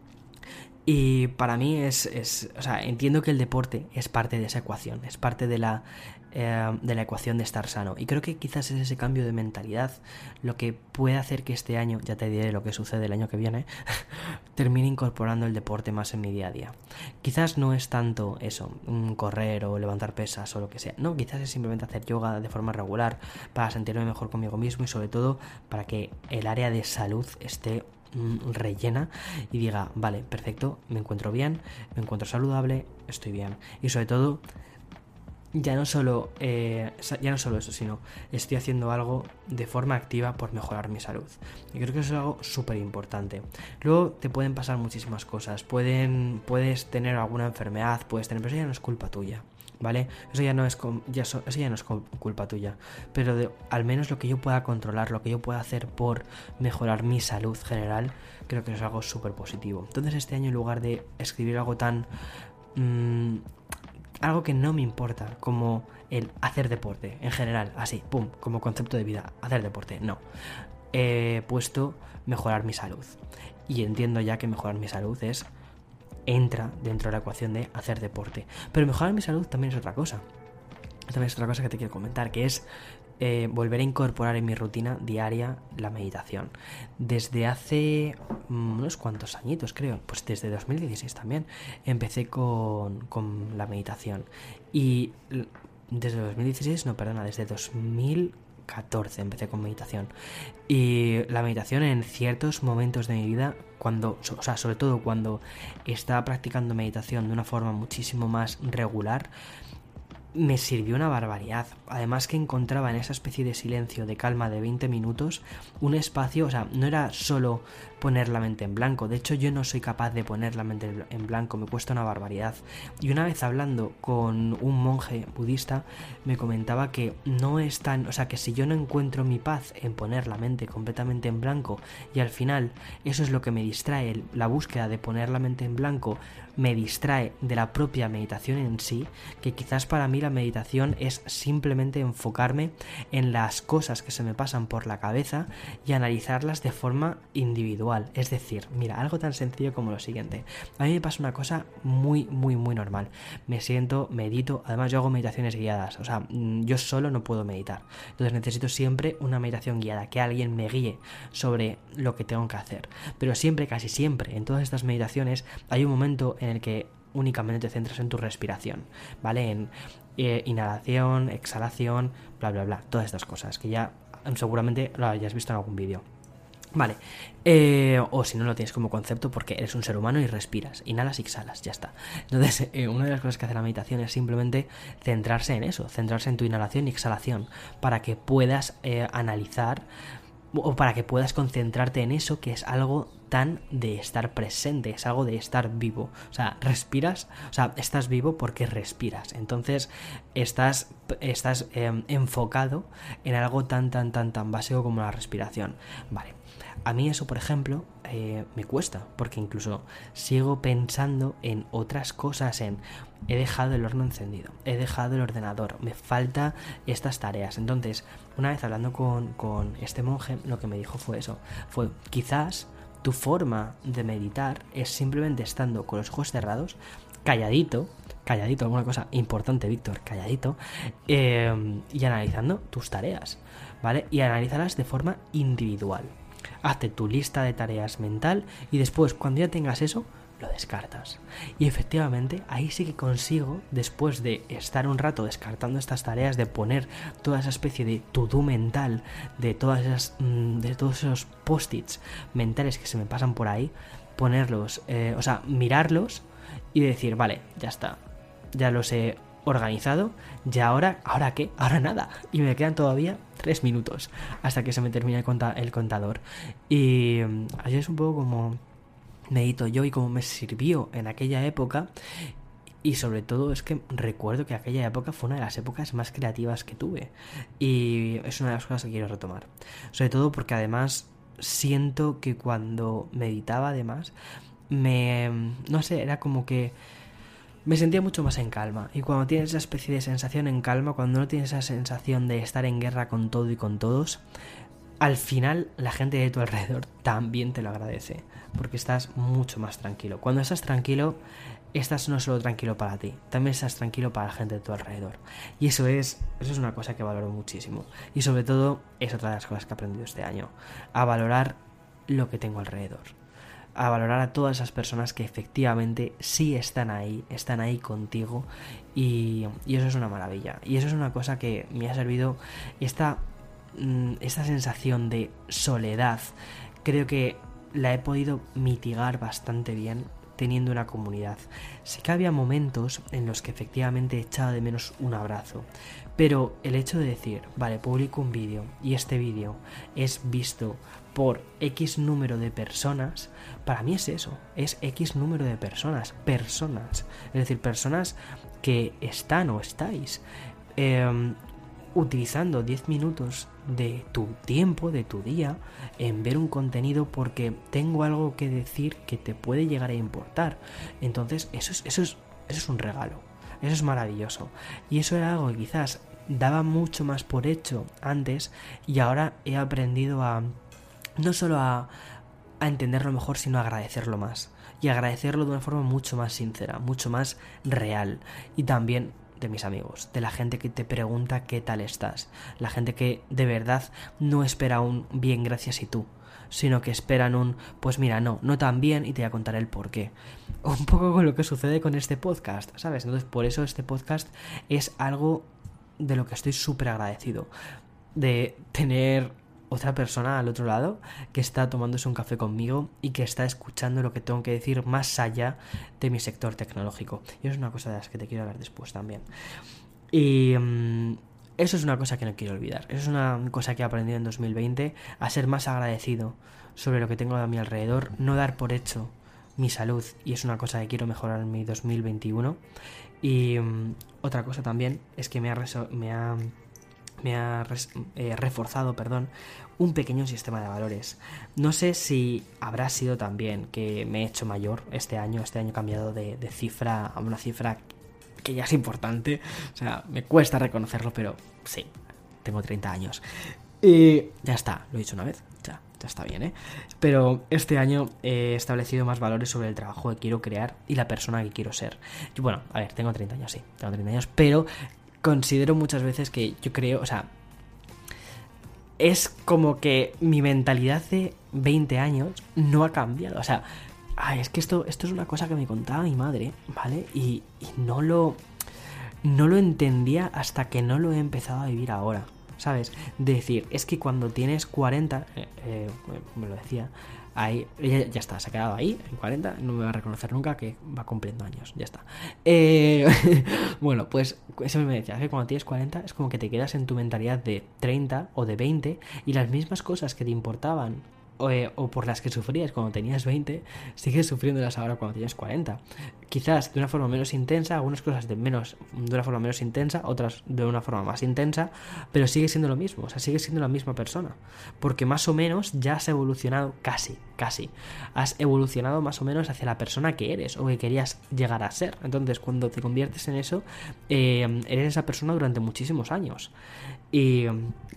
Y para mí es, es, o sea, entiendo que el deporte es parte de esa ecuación, es parte de la, eh, de la ecuación de estar sano. Y creo que quizás es ese cambio de mentalidad lo que puede hacer que este año, ya te diré lo que sucede el año que viene, termine incorporando el deporte más en mi día a día. Quizás no es tanto eso, un correr o levantar pesas o lo que sea. No, quizás es simplemente hacer yoga de forma regular para sentirme mejor conmigo mismo y sobre todo para que el área de salud esté rellena y diga, vale, perfecto, me encuentro bien, me encuentro saludable, estoy bien. Y sobre todo, ya no solo eh, ya no solo eso, sino estoy haciendo algo de forma activa por mejorar mi salud. Y creo que eso es algo súper importante. Luego te pueden pasar muchísimas cosas, pueden puedes tener alguna enfermedad, puedes tener, pero eso ya no es culpa tuya, ¿vale? Eso ya no es ya so, eso ya no es culpa tuya, pero de, al menos lo que yo pueda controlar, lo que yo pueda hacer por mejorar mi salud general, creo que es algo súper positivo. Entonces este año, en lugar de escribir algo tan mmm, algo que no me importa, como el hacer deporte en general, así, pum, como concepto de vida, hacer deporte, no, he puesto mejorar mi salud. Y entiendo ya que mejorar mi salud es entra dentro de la ecuación de hacer deporte. Pero mejorar mi salud también es otra cosa. También es otra cosa que te quiero comentar, que es eh, volver a incorporar en mi rutina diaria la meditación. Desde hace mm, unos cuantos añitos, creo, pues desde dos mil dieciséis también, empecé con, con la meditación. Y desde dos mil dieciséis, no, perdona, desde dos mil catorce empecé con meditación. Y la meditación en ciertos momentos de mi vida, cuando, o sea, sobre todo cuando estaba practicando meditación de una forma muchísimo más regular, me sirvió una barbaridad. Además que encontraba en esa especie de silencio, de calma de veinte minutos, un espacio, o sea, no era solo poner la mente en blanco. De hecho, yo no soy capaz de poner la mente en blanco, me cuesta una barbaridad. Y una vez hablando con un monje budista, me comentaba que no es tan, o sea, que si yo no encuentro mi paz en poner la mente completamente en blanco, y al final eso es lo que me distrae, la búsqueda de poner la mente en blanco me distrae de la propia meditación en sí, que quizás para mí la meditación es simplemente enfocarme en las cosas que se me pasan por la cabeza y analizarlas de forma individual. Es decir, mira, algo tan sencillo como lo siguiente. A mí me pasa una cosa muy, muy, muy normal. Me siento, medito, además yo hago meditaciones guiadas, o sea, yo solo no puedo meditar. Entonces necesito siempre una meditación guiada, que alguien me guíe sobre lo que tengo que hacer. Pero siempre, casi siempre, en todas estas meditaciones hay un momento en el que únicamente te centras en tu respiración, ¿vale? En eh, inhalación, exhalación, bla, bla, bla, todas estas cosas que ya seguramente lo hayas visto en algún vídeo. Vale, eh, o si no lo tienes como concepto porque eres un ser humano y respiras, inhalas y exhalas, ya está. Entonces, eh, una de las cosas que hace la meditación es simplemente centrarse en eso, centrarse en tu inhalación y exhalación, para que puedas eh, analizar o para que puedas concentrarte en eso, que es algo tan de estar presente, es algo de estar vivo. O sea, respiras, o sea, estás vivo porque respiras. Entonces, estás, estás eh, enfocado en algo tan, tan, tan, tan básico como la respiración. Vale. A mí eso, por ejemplo, eh, me cuesta, porque incluso sigo pensando en otras cosas, en he dejado el horno encendido, he dejado el ordenador, me falta estas tareas. Entonces, una vez hablando con, con este monje, lo que me dijo fue eso, fue quizás tu forma de meditar es simplemente estando con los ojos cerrados, calladito, calladito, alguna cosa importante, Víctor, calladito, eh, y analizando tus tareas, ¿vale? Y analízalas de forma individual. Hazte tu lista de tareas mental y después, cuando ya tengas eso, lo descartas. Y efectivamente, ahí sí que consigo, después de estar un rato descartando estas tareas, de poner toda esa especie de to-do mental, de todas esas, de todos esos post-its mentales que se me pasan por ahí, ponerlos, eh, o sea, mirarlos y decir, vale, ya está, ya los he organizado, ya ahora, ¿ahora qué? Ahora nada. Y me quedan todavía tres minutos hasta que se me termine el, conta- el contador. Y así es un poco como medito yo y como me sirvió en aquella época. Y sobre todo es que recuerdo que aquella época fue una de las épocas más creativas que tuve. Y es una de las cosas que quiero retomar. Sobre todo porque además siento que cuando meditaba además, me... no sé, era como que me sentía mucho más en calma. Y cuando tienes esa especie de sensación en calma, cuando no tienes esa sensación de estar en guerra con todo y con todos, al final la gente de tu alrededor también te lo agradece, porque estás mucho más tranquilo. Cuando estás tranquilo, estás no solo tranquilo para ti, también estás tranquilo para la gente de tu alrededor. Y eso es, eso es una cosa que valoro muchísimo. Y sobre todo es otra de las cosas que he aprendido este año, a valorar lo que tengo alrededor, a valorar a todas esas personas que efectivamente sí están ahí, están ahí contigo, y, y eso es una maravilla. Y eso es una cosa que me ha servido, esta, esta sensación de soledad, creo que la he podido mitigar bastante bien teniendo una comunidad. Sí que había momentos en los que efectivamente echaba de menos un abrazo, pero el hecho de decir, vale, publico un vídeo y este vídeo es visto por X número de personas, para mí es eso, es X número de personas, personas, es decir, personas que están o estáis eh, utilizando diez minutos de tu tiempo, de tu día, en ver un contenido porque tengo algo que decir que te puede llegar a importar. Entonces, eso es, eso es, eso es un regalo, eso es maravilloso. Y eso era algo que quizás daba mucho más por hecho antes, y ahora he aprendido a no solo a, a entenderlo mejor, sino a agradecerlo más. Y agradecerlo de una forma mucho más sincera, mucho más real. Y también de mis amigos, de la gente que te pregunta qué tal estás, la gente que de verdad no espera un bien gracias y tú, sino que esperan un pues mira, no, no tan bien, y te voy a contar el porqué. Un poco con lo que sucede con este podcast, ¿sabes? Entonces por eso este podcast es algo de lo que estoy súper agradecido, de tener otra persona al otro lado que está tomándose un café conmigo y que está escuchando lo que tengo que decir más allá de mi sector tecnológico. Y eso es una cosa de las que te quiero hablar después también. Y um, eso es una cosa que no quiero olvidar. Eso es una cosa que he aprendido en dos mil veinte, a ser más agradecido sobre lo que tengo a mi alrededor, no dar por hecho mi salud, y es una cosa que quiero mejorar en mi dos mil veintiuno. Y um, otra cosa también es que me ha, reso- me ha, me ha res- eh, reforzado, perdón, un pequeño sistema de valores. No sé si habrá sido también que me he hecho mayor este año. Este año he cambiado de, de cifra a una cifra que ya es importante. O sea, me cuesta reconocerlo, pero sí, tengo treinta años. Y ya está, lo he dicho una vez, ya, ya está bien, ¿eh? Pero este año he establecido más valores sobre el trabajo que quiero crear y la persona que quiero ser. Y bueno, a ver, tengo treinta años, sí, tengo treinta años, pero considero muchas veces que yo creo, o sea, es como que mi mentalidad de veinte años no ha cambiado. O sea, ay, es que esto, esto es una cosa que me contaba mi madre, ¿vale? Y, y no lo, no lo entendía hasta que no lo he empezado a vivir ahora, ¿sabes? Decir, es que cuando tienes cuarenta, eh, eh, me lo decía, ahí, ya, ya está, se ha quedado ahí, en cuarenta, no me va a reconocer nunca que va cumpliendo años, ya está. Eh, bueno, pues eso me decía, que cuando tienes cuarenta es como que te quedas en tu mentalidad de treinta o de veinte y las mismas cosas que te importaban o, eh, o por las que sufrías cuando tenías veinte, sigues sufriéndolas ahora cuando tienes cuarenta. Quizás de una forma menos intensa, algunas cosas de menos de una forma menos intensa, otras de una forma más intensa, pero sigue siendo lo mismo, o sea, sigue siendo la misma persona, porque más o menos ya has evolucionado, casi, casi, has evolucionado más o menos hacia la persona que eres o que querías llegar a ser. Entonces, cuando te conviertes en eso, eh, eres esa persona durante muchísimos años. Y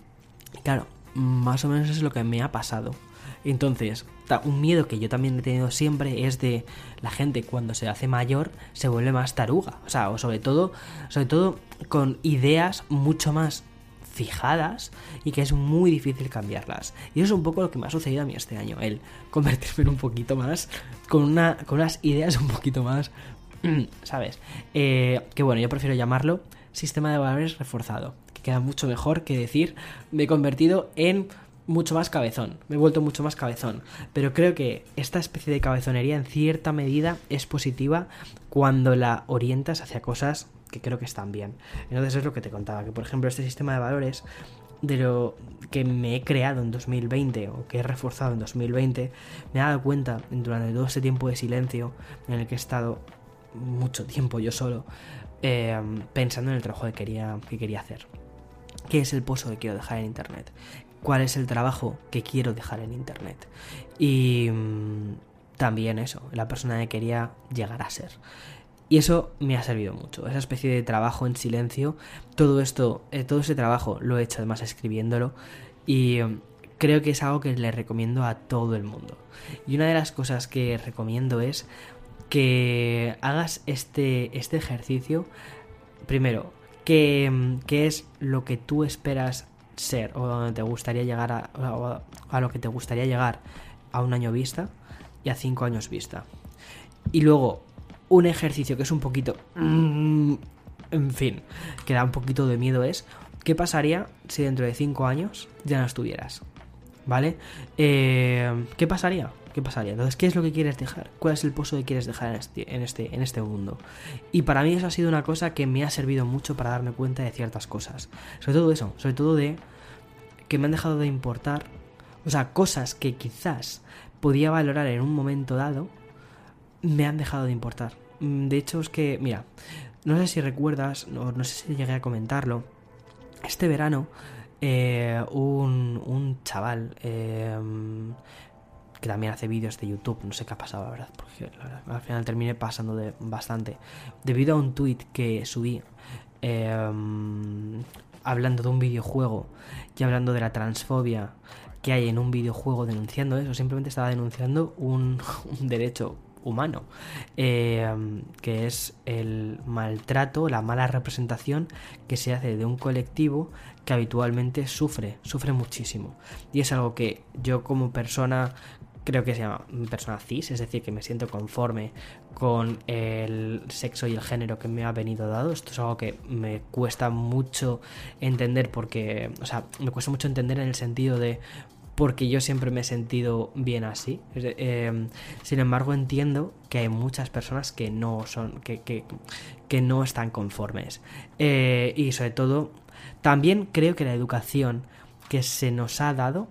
claro, más o menos eso es lo que me ha pasado. Entonces, un miedo que yo también he tenido siempre es de la gente cuando se hace mayor se vuelve más taruga. O sea, o sobre todo, sobre todo con ideas mucho más fijadas y que es muy difícil cambiarlas. Y eso es un poco lo que me ha sucedido a mí este año, el convertirme en un poquito más, con, una, con unas ideas un poquito más, ¿sabes? Eh, que bueno, yo prefiero llamarlo sistema de valores reforzado, que queda mucho mejor que decir me he convertido en mucho más cabezón, me he vuelto mucho más cabezón, pero creo que esta especie de cabezonería en cierta medida es positiva cuando la orientas hacia cosas que creo que están bien. Entonces es lo que te contaba, que por ejemplo este sistema de valores de lo que me he creado en dos mil veinte o que he reforzado en dos mil veinte, me he dado cuenta durante todo ese tiempo de silencio en el que he estado mucho tiempo yo solo, eh, pensando en el trabajo que quería, que quería hacer. ¿Qué es el pozo que quiero dejar en internet? ¿Cuál es el trabajo que quiero dejar en internet? Y mmm, también eso, la persona que quería llegar a ser. Y eso me ha servido mucho, esa especie de trabajo en silencio. Todo esto, eh, todo ese trabajo lo he hecho además escribiéndolo y um, creo que es algo que le recomiendo a todo el mundo. Y una de las cosas que recomiendo es que hagas este, este ejercicio. Primero, ¿qué, qué es lo que tú esperas ser o donde te gustaría llegar a, a, a lo que te gustaría llegar a un año vista y a cinco años vista? Y luego un ejercicio que es un poquito mmm, en fin, que da un poquito de miedo es ¿qué pasaría si dentro de cinco años ya no estuvieras? ¿Vale? Eh, ¿qué pasaría? ¿Qué pasaría? Entonces, ¿qué es lo que quieres dejar? ¿Cuál es el pozo que quieres dejar en este, en este, en este mundo? Y para mí eso ha sido una cosa que me ha servido mucho para darme cuenta de ciertas cosas. Sobre todo eso, sobre todo de que me han dejado de importar, o sea, cosas que quizás podía valorar en un momento dado, me han dejado de importar. De hecho, es que, mira, no sé si recuerdas, no, no sé si llegué a comentarlo, este verano, eh, un, un chaval... Eh, que también hace vídeos de YouTube, no sé qué ha pasado, la verdad, porque la verdad, al final terminé pasando de bastante, debido a un tweet que subí eh, hablando de un videojuego y hablando de la transfobia que hay en un videojuego, denunciando eso. Simplemente estaba denunciando un, un derecho humano, eh, que es el maltrato, la mala representación que se hace de un colectivo que habitualmente sufre, sufre muchísimo, y es algo que yo como persona, creo que se llama persona cis, es decir, que me siento conforme con el sexo y el género que me ha venido dado. Esto es algo que me cuesta mucho entender porque, o sea, me cuesta mucho entender en el sentido de porque yo siempre me he sentido bien así. Eh, sin embargo, entiendo que hay muchas personas que no son, que, que, que no están conformes. Eh, y sobre todo, también creo que la educación que se nos ha dado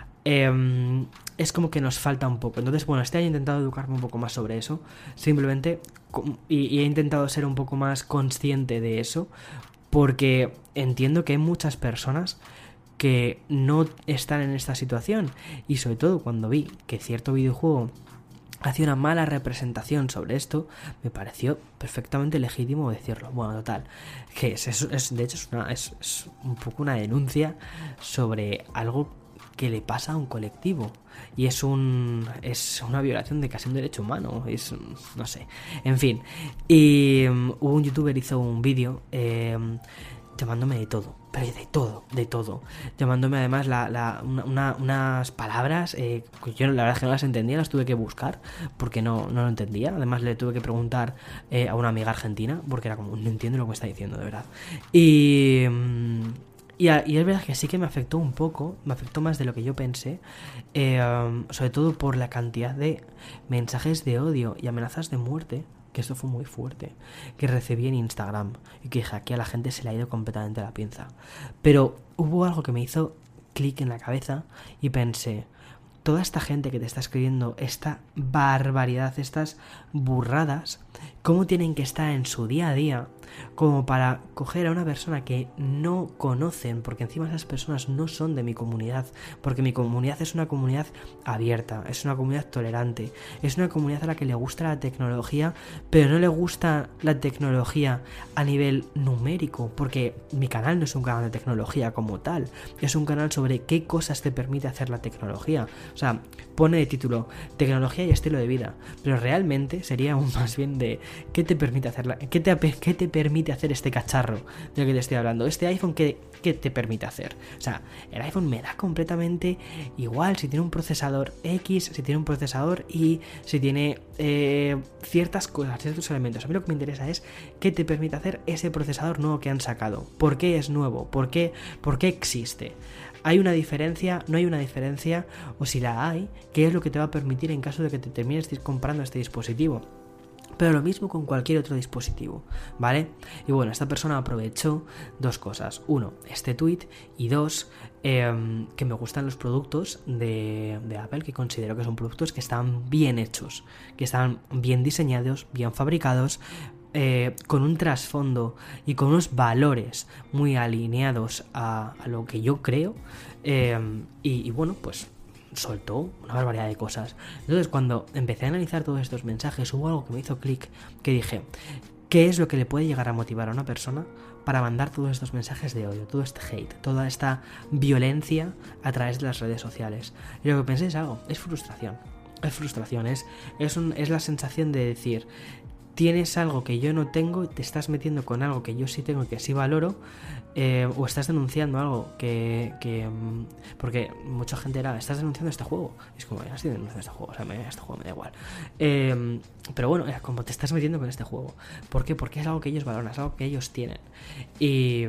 eh, es como que nos falta un poco. Entonces, bueno, este año he intentado educarme un poco más sobre eso, simplemente, y, y he intentado ser un poco más consciente de eso, porque entiendo que hay muchas personas que no están en esta situación, y sobre todo cuando vi que cierto videojuego hacía una mala representación sobre esto, me pareció perfectamente legítimo decirlo. Bueno, total, que es, es, es de hecho es, una, es, es un poco una denuncia sobre algo que le pasa a un colectivo, y es un es una violación de casi un derecho humano, es no sé, en fin. Y um, un youtuber hizo un vídeo eh, llamándome de todo, pero de todo, de todo, llamándome además la, la, una, una, unas palabras eh, que yo la verdad es que no las entendía, las tuve que buscar porque no, no lo entendía. Además le tuve que preguntar eh, a una amiga argentina porque era como, no entiendo lo que me está diciendo, de verdad. Y... Um, Y, a, y es verdad que sí que me afectó un poco, me afectó más de lo que yo pensé, eh, um, sobre todo por la cantidad de mensajes de odio y amenazas de muerte, que esto fue muy fuerte, que recibí en Instagram, y que dije, aquí a la gente se le ha ido completamente la pinza. Pero hubo algo que me hizo clic en la cabeza y pensé, toda esta gente que te está escribiendo esta barbaridad, estas burradas, ¿cómo tienen que estar en su día a día como para coger a una persona que no conocen? Porque encima esas personas no son de mi comunidad, porque mi comunidad es una comunidad abierta, es una comunidad tolerante, es una comunidad a la que le gusta la tecnología, pero no le gusta la tecnología a nivel numérico, porque mi canal no es un canal de tecnología como tal, es un canal sobre qué cosas te permite hacer la tecnología. O sea, pone de título tecnología y estilo de vida, pero realmente sería un más bien de qué te permite hacerla, qué te, qué te permite hacer este cacharro de lo que te estoy hablando, este iPhone, ¿qué, qué te permite hacer? O sea, el iPhone me da completamente igual si tiene un procesador X, si tiene un procesador Y, si tiene eh, ciertas cosas, ciertos elementos. A mí lo que me interesa es qué te permite hacer ese procesador nuevo que han sacado, por qué es nuevo, por qué, por qué existe. ¿Hay una diferencia? ¿No hay una diferencia? O si la hay, ¿qué es lo que te va a permitir en caso de que te termines comprando este dispositivo? Pero lo mismo con cualquier otro dispositivo, ¿vale? Y bueno, esta persona aprovechó dos cosas. Uno, este tweet. Y dos, eh, que me gustan los productos de, de Apple, que considero que son productos que están bien hechos, que están bien diseñados, bien fabricados, Eh, con un trasfondo y con unos valores muy alineados a, a lo que yo creo, eh, y, y bueno, pues soltó una barbaridad de cosas. Entonces, cuando empecé a analizar todos estos mensajes, hubo algo que me hizo clic, que dije, ¿qué es lo que le puede llegar a motivar a una persona para mandar todos estos mensajes de odio, todo este hate, toda esta violencia a través de las redes sociales? Y lo que pensé es algo, es frustración, es frustración, es, es, un, es la sensación de decir, tienes algo que yo no tengo, te estás metiendo con algo que yo sí tengo y que sí valoro, eh, o estás denunciando algo que, que... Porque mucha gente era, estás denunciando este juego. Y es como, ya estoy denunciando este juego, o sea, me, este juego me da igual. Eh, pero bueno, era como te estás metiendo con este juego. ¿Por qué? Porque es algo que ellos valoran, es algo que ellos tienen. Y...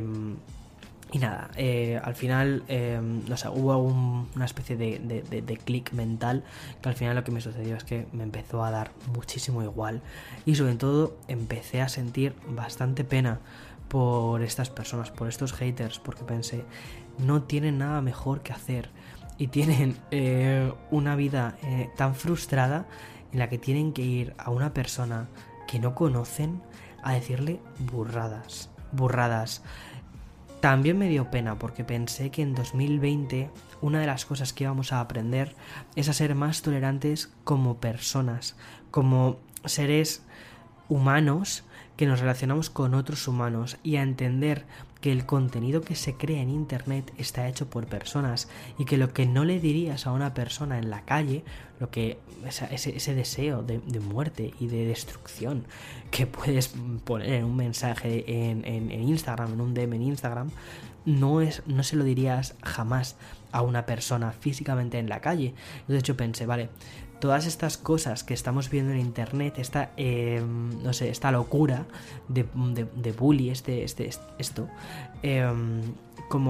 Y nada, eh, al final, eh, no sé, hubo un, una especie de, de, de, de clic mental que al final lo que me sucedió es que me empezó a dar muchísimo igual y sobre todo empecé a sentir bastante pena por estas personas, por estos haters, porque pensé, no tienen nada mejor que hacer y tienen eh, una vida eh, tan frustrada en la que tienen que ir a una persona que no conocen a decirle burradas, burradas. También me dio pena porque pensé que en dos mil veinte una de las cosas que íbamos a aprender es a ser más tolerantes como personas, como seres humanos que nos relacionamos con otros humanos, y a entender que el contenido que se crea en internet está hecho por personas y que lo que no le dirías a una persona en la calle, lo que ese, ese deseo de, de muerte y de destrucción que puedes poner en un mensaje en, en, en Instagram, en un D M en Instagram, no, es, no se lo dirías jamás a una persona físicamente en la calle. Entonces yo pensé, vale, todas estas cosas que estamos viendo en internet, esta, eh, no sé, esta locura de, de, de bully, este, este, esto, eh, como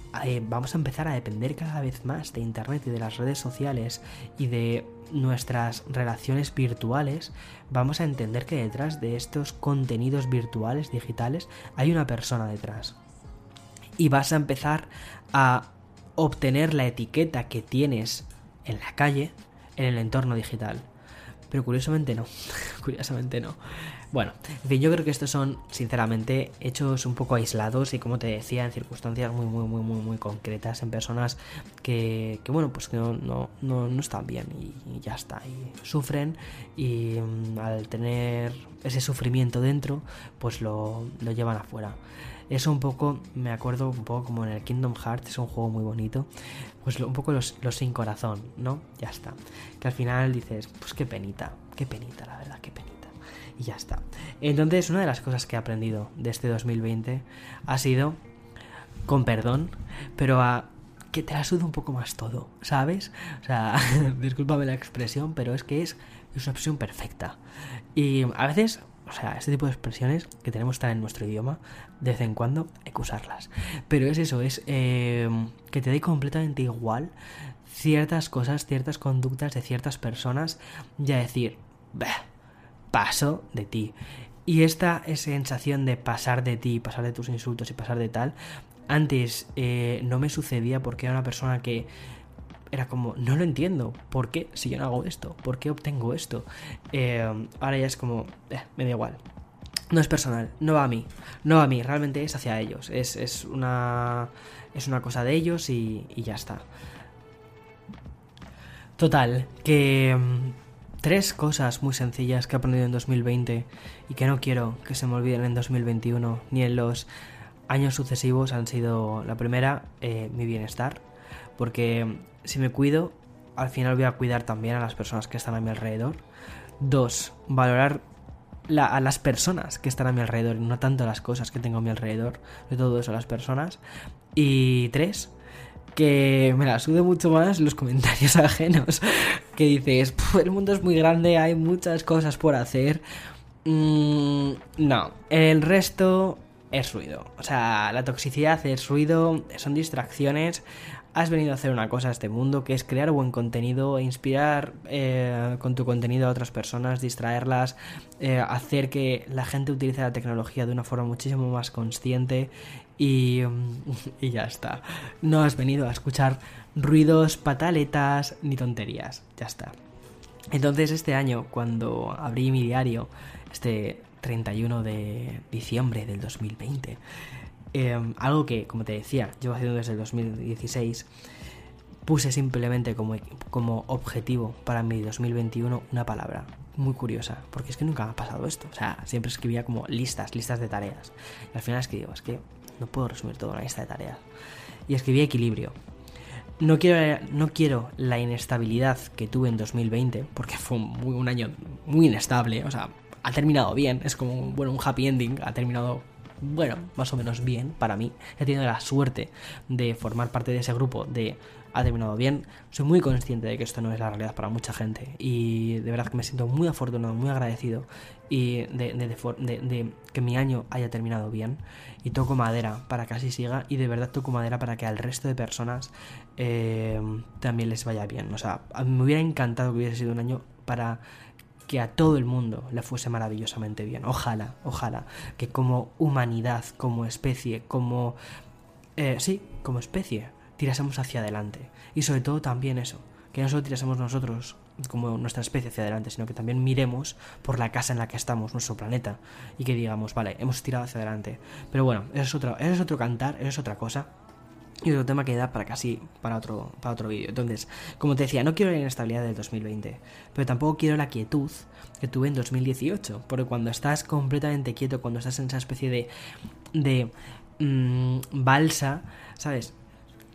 eh, vamos a empezar a depender cada vez más de internet y de las redes sociales y de nuestras relaciones virtuales, vamos a entender que detrás de estos contenidos virtuales, digitales, hay una persona detrás. Y vas a empezar a obtener la etiqueta que tienes en la calle, en el entorno digital. Pero curiosamente no, curiosamente no. Bueno, en fin, yo creo que estos son, sinceramente, hechos un poco aislados y, como te decía, en circunstancias muy, muy, muy, muy, muy concretas, en personas que, que bueno, pues que no, no, no, no están bien y, y ya está, y sufren y um, al tener ese sufrimiento dentro, pues lo, lo llevan afuera. Eso un poco, me acuerdo un poco como en el Kingdom Hearts, es un juego muy bonito, pues lo, un poco los, los sin corazón, ¿no? Ya está. Que al final dices, pues qué penita, qué penita, la verdad, qué penita. Y ya está. Entonces, una de las cosas que he aprendido de este dos mil veinte ha sido, con perdón, pero a que te la suda un poco más todo, ¿sabes? O sea, discúlpame la expresión, pero es que es, es una expresión perfecta. Y a veces, o sea, este tipo de expresiones que tenemos que estar en nuestro idioma, de vez en cuando hay que usarlas. Pero es eso, es eh, que te dé completamente igual ciertas cosas, ciertas conductas de ciertas personas, y a decir, bah, paso de ti. Y esta sensación de pasar de ti, pasar de tus insultos y pasar de tal, antes eh, no me sucedía porque era una persona que era como, no lo entiendo, ¿por qué si yo no hago esto? ¿Por qué obtengo esto? Eh, ahora ya es como, eh, me da igual. No es personal, no va a mí, no va a mí, realmente es hacia ellos, es, es, una, es una cosa de ellos y, y ya está. Total, que tres cosas muy sencillas que he aprendido en dos mil veinte y que no quiero que se me olviden en dos mil veintiuno ni en los años sucesivos han sido: la primera, eh, mi bienestar, porque si me cuido, al final voy a cuidar también a las personas que están a mi alrededor. Dos, valorar la, a las personas que están a mi alrededor y no tanto a las cosas que tengo a mi alrededor, de todo eso a las personas. Y tres, que me la sude mucho más los comentarios ajenos, que dices, el mundo es muy grande, hay muchas cosas por hacer. Mm, no, el resto es ruido, o sea, la toxicidad es ruido, son distracciones. Has venido a hacer una cosa a este mundo, que es crear buen contenido, inspirar eh, con tu contenido a otras personas, distraerlas, eh, hacer que la gente utilice la tecnología de una forma muchísimo más consciente y, y ya está. No has venido a escuchar ruidos, pataletas ni tonterías, ya está. Entonces este año, cuando abrí mi diario, este treinta y uno de diciembre del dos mil veinte... Eh, algo que, como te decía, llevo haciendo desde el dos mil dieciséis, puse simplemente como, como objetivo para mi dos mil veintiuno una palabra muy curiosa, porque es que nunca me ha pasado esto. O sea, siempre escribía como listas, listas de tareas. Y al final es que digo, es que no puedo resumir toda una lista de tareas. Y escribí equilibrio. No quiero, no quiero la inestabilidad que tuve en dos mil veinte, porque fue muy, un año muy inestable. O sea, ha terminado bien, es como, bueno, un happy ending, ha terminado, bueno, más o menos bien para mí. He tenido la suerte de formar parte de ese grupo, de ha terminado bien. Soy muy consciente de que esto no es la realidad para mucha gente y de verdad que me siento muy afortunado, muy agradecido y de, de, de, de, de que mi año haya terminado bien, y toco madera para que así siga, y de verdad toco madera para que al resto de personas eh, también les vaya bien. O sea, a mí me hubiera encantado que hubiese sido un año para que a todo el mundo le fuese maravillosamente bien. Ojalá, ojalá que como humanidad, como especie, como... Eh, sí, como especie, tirásemos hacia adelante. Y sobre todo también eso, que no solo tirásemos nosotros como nuestra especie hacia adelante, sino que también miremos por la casa en la que estamos, nuestro planeta, y que digamos, vale, hemos tirado hacia adelante. Pero bueno, eso es otro, eso es otro cantar, eso es otra cosa. Y otro tema que da para casi para otro, para otro vídeo. Entonces, como te decía, no quiero la inestabilidad del dos mil veinte, pero tampoco quiero la quietud que tuve en dos mil dieciocho. Porque cuando estás completamente quieto, cuando estás en esa especie de, de mmm, balsa, ¿sabes?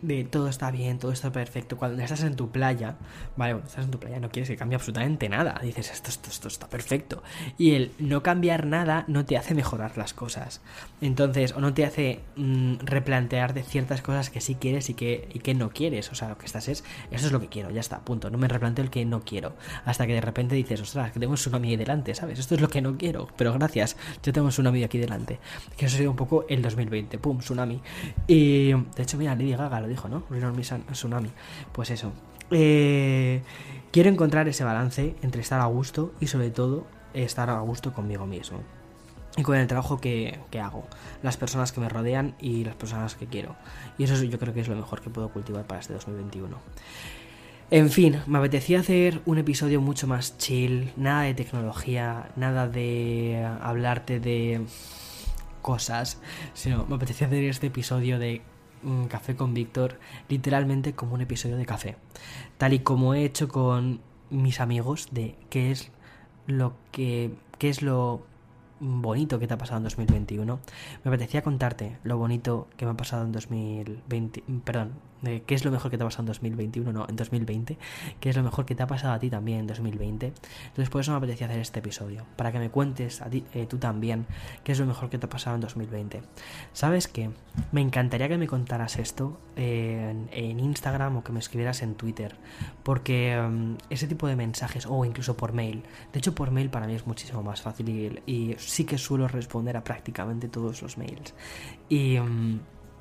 de todo está bien, todo está perfecto. Cuando estás en tu playa, vale, cuando estás en tu playa no quieres que cambie absolutamente nada. Dices, esto, esto, esto está perfecto. Y el no cambiar nada no te hace mejorar las cosas. Entonces, o no te hace mmm, replantear de ciertas cosas que sí quieres y que, y que no quieres. O sea, lo que estás es, eso es lo que quiero, ya está, punto. No me replanteo el que no quiero. Hasta que de repente dices, ostras, que tengo un tsunami ahí delante, ¿sabes? Esto es lo que no quiero, pero gracias, yo tengo un tsunami aquí delante. Que eso ha sido un poco el dos mil veinte, pum, tsunami. Y de hecho, mira, Lady Gaga lo dijo, ¿no? Rain on Me Tsunami. Pues eso. Eh, quiero encontrar ese balance entre estar a gusto y sobre todo estar a gusto conmigo mismo. Y con el trabajo que, que hago, las personas que me rodean y las personas que quiero. Y eso yo creo que es lo mejor que puedo cultivar para este dos mil veintiuno. En fin, me apetecía hacer un episodio mucho más chill, nada de tecnología, nada de hablarte de cosas, sino me apetecía hacer este episodio de mm, Café con Víctor literalmente como un episodio de café, tal y como he hecho con mis amigos de qué es lo que qué es lo bonito que te ha pasado en dos mil veintiuno. Me apetecía contarte lo bonito que me ha pasado en dos mil veinte, perdón, de qué es lo mejor que te ha pasado en dos mil veintiuno, no, en dos mil veinte, qué es lo mejor que te ha pasado a ti también en dos mil veinte. Entonces por eso me apetecía hacer este episodio, para que me cuentes a ti, eh, tú también qué es lo mejor que te ha pasado en dos mil veinte. ¿Sabes qué? Me encantaría que me contaras esto eh, en, en Instagram o que me escribieras en Twitter, porque um, ese tipo de mensajes, o incluso por mail, de hecho por mail para mí es muchísimo más fácil y, y sí que suelo responder a prácticamente todos los mails. Y um,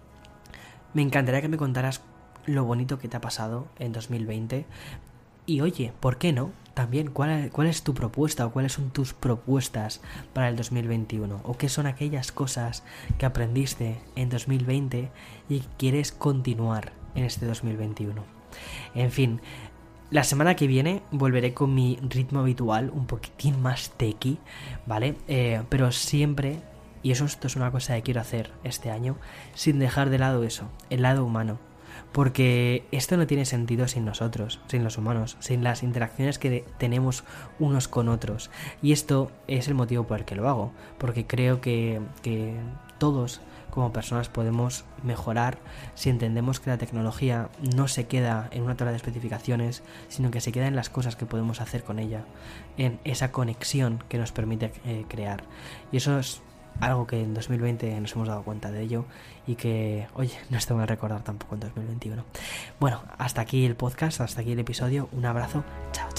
me encantaría que me contaras lo bonito que te ha pasado en dos mil veinte. Y oye, ¿por qué no? También, ¿cuál, ¿cuál es tu propuesta o cuáles son tus propuestas para el dos mil veintiuno? ¿O qué son aquellas cosas que aprendiste en dos mil veinte y quieres continuar en este dos mil veintiuno? En fin, la semana que viene volveré con mi ritmo habitual, un poquitín más tequi, ¿vale? Eh, pero siempre, y eso esto es una cosa que quiero hacer este año, sin dejar de lado eso, el lado humano. Porque esto no tiene sentido sin nosotros, sin los humanos, sin las interacciones que tenemos unos con otros. Y esto es el motivo por el que lo hago, porque creo que, que todos como personas podemos mejorar si entendemos que la tecnología no se queda en una tabla de especificaciones, sino que se queda en las cosas que podemos hacer con ella, en esa conexión que nos permite eh, crear. Y eso es algo que en dos mil veinte nos hemos dado cuenta de ello y que, oye, no está mal recordar tampoco en dos mil veintiuno. Bueno, hasta aquí el podcast, hasta aquí el episodio. Un abrazo, chao.